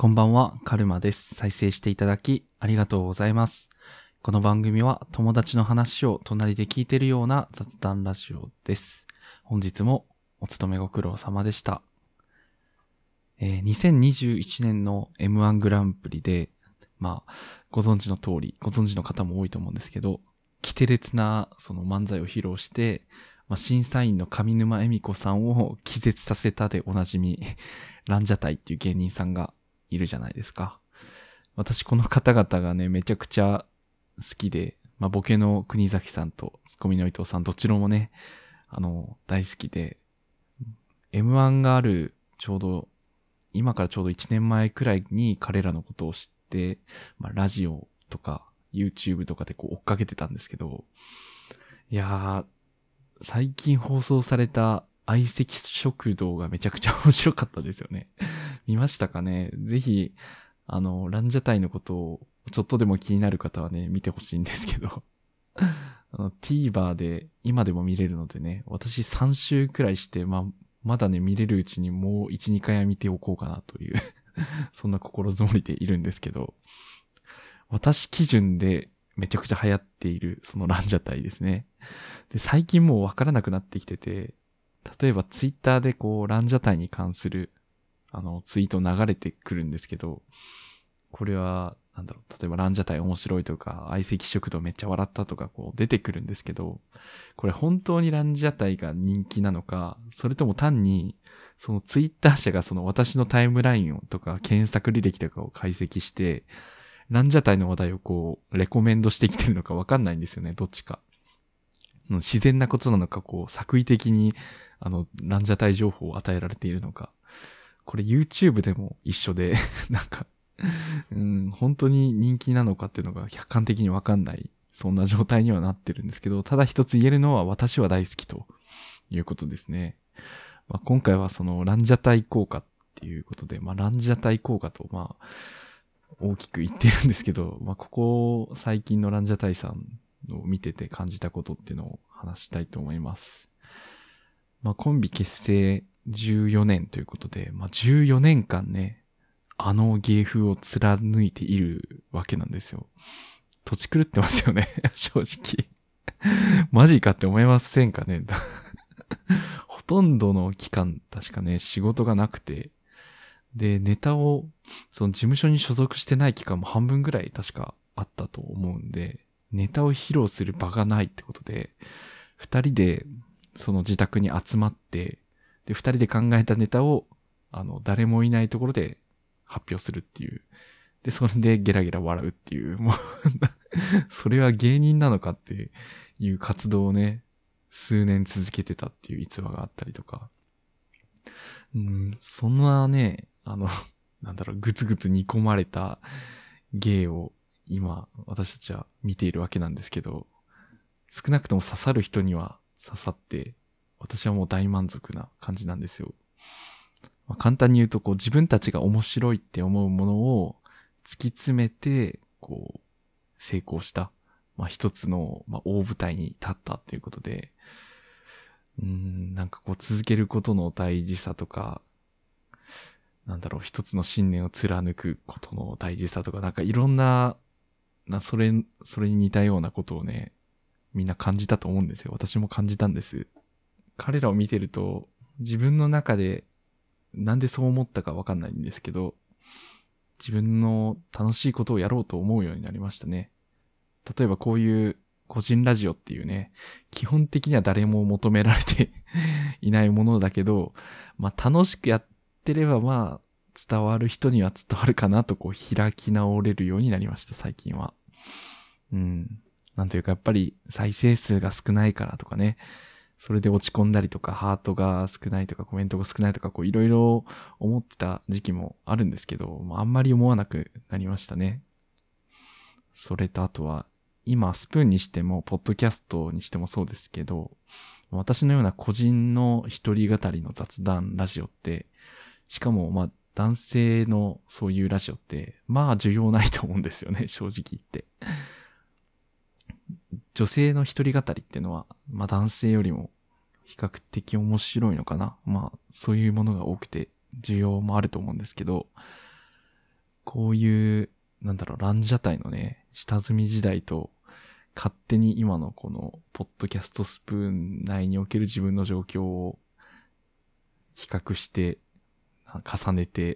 こんばんは、カルマです。再生していただきありがとうございます。この番組は友達の話を隣で聞いているような雑談ラジオです。本日もお勤めご苦労様でした。2021年の M1 グランプリで、ご存知の通り、ご存知の方も多いと思うんですけど、奇て烈なその漫才を披露して、審査員の上沼恵美子さんを気絶させたでおなじみ、ランジャタイっていう芸人さんがいるじゃないですか。私この方々がね、めちゃくちゃ好きで、ボケの国崎さんとツッコミの伊藤さんどちらもね、大好きで、M1 がある今からちょうど1年前くらいに彼らのことを知って、ラジオとか YouTube とかで追っかけてたんですけど、いやー、最近放送された相席食堂がめちゃくちゃ面白かったですよね。見ましたかね？ぜひ、ランジャタイのことをちょっとでも気になる方はね、見てほしいんですけど、TVer で今でも見れるのでね、私3週くらいして、まだね、見れるうちにもう1、2回は見ておこうかなというそんな心づもりでいるんですけど、私基準でめちゃくちゃ流行っているそのランジャタイですね。で、最近もうわからなくなってきてて、例えばツイッターでランジャタイに関するツイート流れてくるんですけど、これは、例えばランジャタイ面白いとか、相席食堂めっちゃ笑ったとか出てくるんですけど、これ本当にランジャタイが人気なのか、それとも単に、そのツイッター社がその私のタイムラインとか検索履歴とかを解析して、ランジャタイの話題をレコメンドしてきてるのかわかんないんですよね、どっちか。自然なことなのか、作為的に、ランジャタイ情報を与えられているのか。これ YouTube でも一緒で、本当に人気なのかっていうのが客観的にわかんない、そんな状態にはなってるんですけど、ただ一つ言えるのは私は大好きということですね。今回はそのランジャタイ効果っていうことで、ランジャタイ効果と大きく言ってるんですけど、ここ最近のランジャタイさんを見てて感じたことっていうのを話したいと思います。コンビ結成14年ということで、14年間ね、芸風を貫いているわけなんですよ。土地狂ってますよね、正直。マジかって思いませんかね。ほとんどの期間、確かね、仕事がなくて、で、ネタを、その事務所に所属してない期間も半分ぐらい確かあったと思うんで、ネタを披露する場がないってことで、二人でその自宅に集まって、で、二人で考えたネタを、誰もいないところで発表するっていう。で、それでゲラゲラ笑うっていう、もうそれは芸人なのかっていう活動をね、数年続けてたっていう逸話があったりとか。そんなね、ぐつぐつ煮込まれた芸を今、私たちは見ているわけなんですけど、少なくとも刺さる人には刺さって、私はもう大満足な感じなんですよ。簡単に言うと、自分たちが面白いって思うものを突き詰めて、成功した。一つの、大舞台に立ったっていうことで、続けることの大事さとか、一つの信念を貫くことの大事さとか、いろんな、それに似たようなことをね、みんな感じたと思うんですよ。私も感じたんです。彼らを見てると、自分の中でなんでそう思ったかわかんないんですけど、自分の楽しいことをやろうと思うようになりましたね。例えばこういう個人ラジオっていうね、基本的には誰も求められていないものだけど、楽しくやってれば伝わる人には伝わるかなと開き直れるようになりました、最近は。なんというかやっぱり再生数が少ないからとかね、それで落ち込んだりとか、ハートが少ないとか、コメントが少ないとか、いろいろ思ってた時期もあるんですけど、あんまり思わなくなりましたね。それとあとは、今、スプーンにしても、ポッドキャストにしてもそうですけど、私のような個人の一人語りの雑談ラジオって、しかも、男性のそういうラジオって、需要ないと思うんですよね、正直言って。女性の一人語りっていうのは、男性よりも比較的面白いのかな。そういうものが多くて需要もあると思うんですけど、 こういう、ランジャタイのね、下積み時代と、勝手に今のこの、ポッドキャストスプーン内における自分の状況を比較して、重ねて、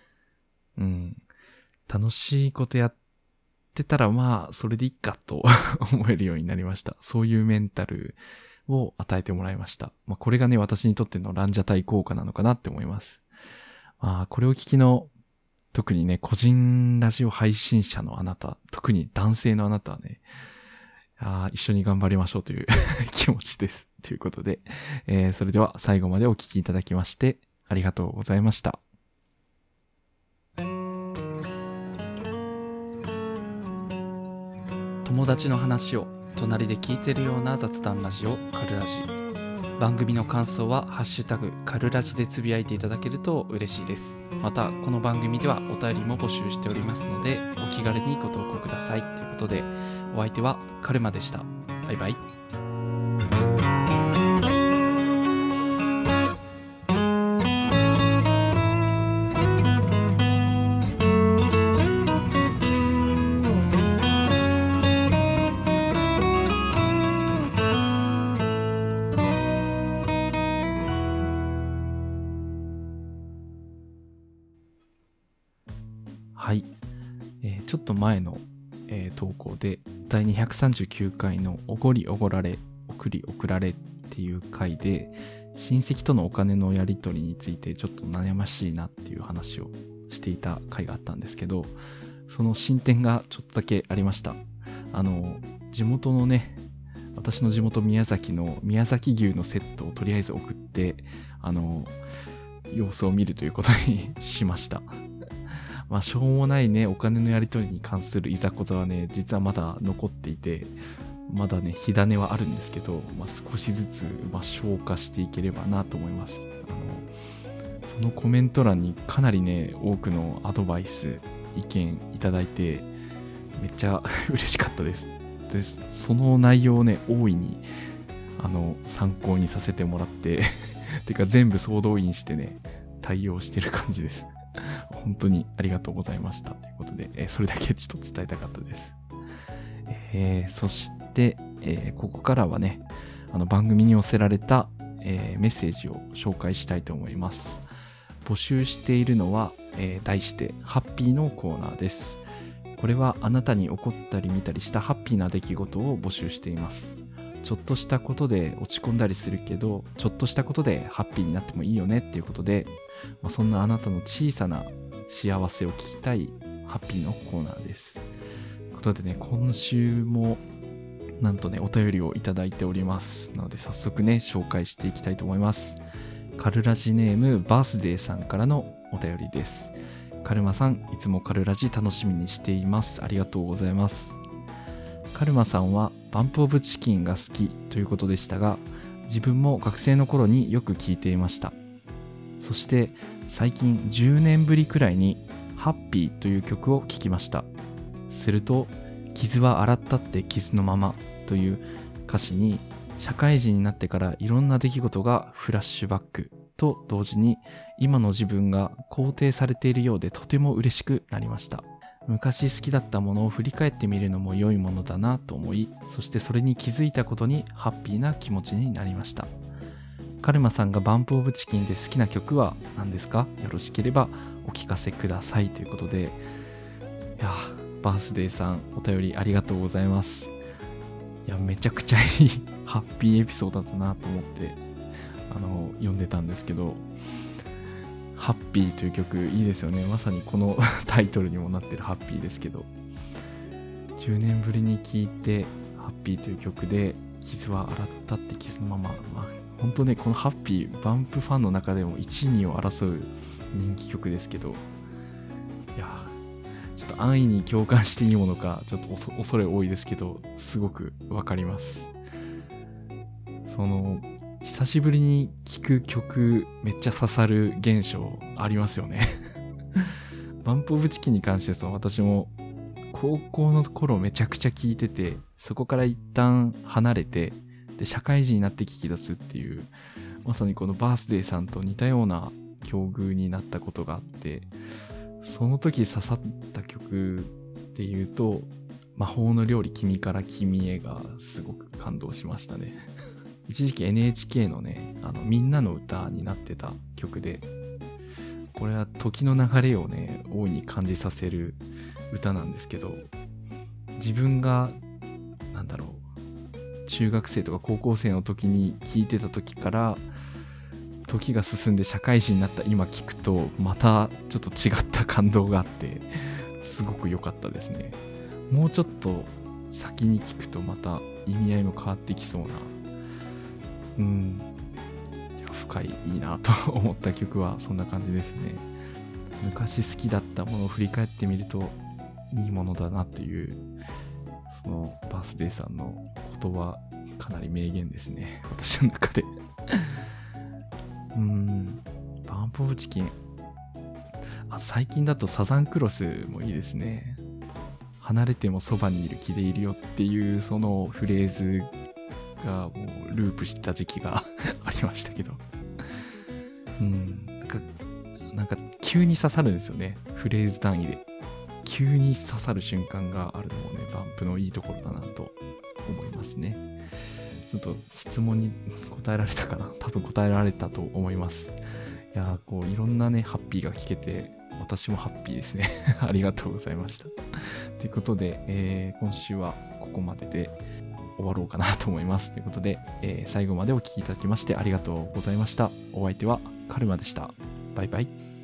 楽しいことやってたらまあ、それでいいかと思えるようになりました。そういうメンタルを与えてもらいました。まあ、これがね、私にとってのランジャタイ効果なのかなって思います。まあ、これを聞きの、特にね、個人ラジオ配信者のあなた、特に男性のあなたはね、一緒に頑張りましょうという気持ちです。ということで、それでは最後までお聞きいただきまして、ありがとうございました。友達の話を隣で聞いてるような雑談ラジオカルラジ。番組の感想はハッシュタグカルラジでつぶやいていただけると嬉しいです。またこの番組ではお便りも募集しておりますので、お気軽にご投稿くださいということで、お相手はカルマでした。バイバイ。はい、ちょっと前の、投稿で第239回のおごりおごられ送り送られっていう回で、親戚とのお金のやり取りについてちょっと悩ましいなっていう話をしていた回があったんですけど、その進展がちょっとだけありました。地元のね、私の地元宮崎の宮崎牛のセットをとりあえず送って、様子を見るということにしました。まあ、しょうもないね、お金のやり取りに関するいざこざはね、実はまだ残っていて、まだね、火種はあるんですけど、まあ、少しずつ、消化していければなと思います。そのコメント欄にかなりね、多くのアドバイス、意見いただいて、めっちゃ嬉しかったです。で、その内容をね、大いに、参考にさせてもらっててか全部総動員してね、対応してる感じです。本当にありがとうございましたということで、それだけちょっと伝えたかったです。そして、ここからはね、番組に寄せられた、メッセージを紹介したいと思います。募集しているのは、題してハッピーのコーナーです。これはあなたに起こったり見たりしたハッピーな出来事を募集しています。ちょっとしたことで落ち込んだりするけど、ちょっとしたことでハッピーになってもいいよねっていうことで、そんなあなたの小さな幸せを聞きたいハッピーのコーナーです。ということでね、今週もなんとね、お便りをいただいておりますので、早速ね、紹介していきたいと思います。カルラジネームバースデーさんからのお便りです。カルマさん、いつもカルラジ楽しみにしています。ありがとうございます。カルマさんはバンプオブチキンが好きということでしたが、自分も学生の頃によく聞いていました。そして最近10年ぶりくらいにハッピーという曲を聴きました。すると、傷は洗ったって傷のままという歌詞に、社会人になってからいろんな出来事がフラッシュバックと同時に、今の自分が肯定されているようでとても嬉しくなりました。昔好きだったものを振り返ってみるのも良いものだなと思い、そしてそれに気づいたことにハッピーな気持ちになりました。カルマさんがバンプオブチキンで好きな曲は何ですか？よろしければお聞かせくださいということで、いや、バースデーさんお便りありがとうございます。いや、めちゃくちゃいいハッピーエピソードだったなと思って読んでたんですけど、ハッピーという曲いいですよね。まさにこのタイトルにもなってるハッピーですけど、10年ぶりに聴いてハッピーという曲で、傷は洗ったって傷のまま、本当ね、このハッピーバンプファンの中でも1、2を争う人気曲ですけど、いや、ちょっと安易に共感していいものかちょっと恐れ多いですけど、すごくわかります。久しぶりに聴く曲めっちゃ刺さる現象ありますよねバンプオブチキンに関しては私も高校の頃めちゃくちゃ聴いてて、そこから一旦離れて、で社会人になって聴き出すっていう、まさにこのバースデーさんと似たような境遇になったことがあって、 その時刺さった曲っていうと、魔法の料理君から君へがすごく感動しましたね。一時期 NHK のね、みんなの歌になってた曲で、これは時の流れをね、大いに感じさせる歌なんですけど、自分が、中学生とか高校生の時に聴いてた時から、時が進んで社会人になった今聴くと、またちょっと違った感動があって、すごく良かったですね。もうちょっと先に聴くとまた意味合いも変わってきそうな、深い、いいなと思った曲はそんな感じですね。昔好きだったものを振り返ってみるといいものだなという、そのバースデーさんの言葉、かなり名言ですね、私の中で。バンプオブチキン、最近だとサザンクロスもいいですね。離れてもそばにいる気でいるよっていうそのフレーズがもうループしてた時期がありましたけど、なんか急に刺さるんですよね、フレーズ単位で急に刺さる瞬間があるのもね、バンプのいいところだなと思いますね。ちょっと質問に答えられたかな、多分答えられたと思います。いやー、いろんなねハッピーが聞けて私もハッピーですね。ありがとうございました。ということで、今週はここまでで終わろうかなと思います。ということで、最後までお聞きいただきましてありがとうございました。お相手はカルマでした。バイバイ。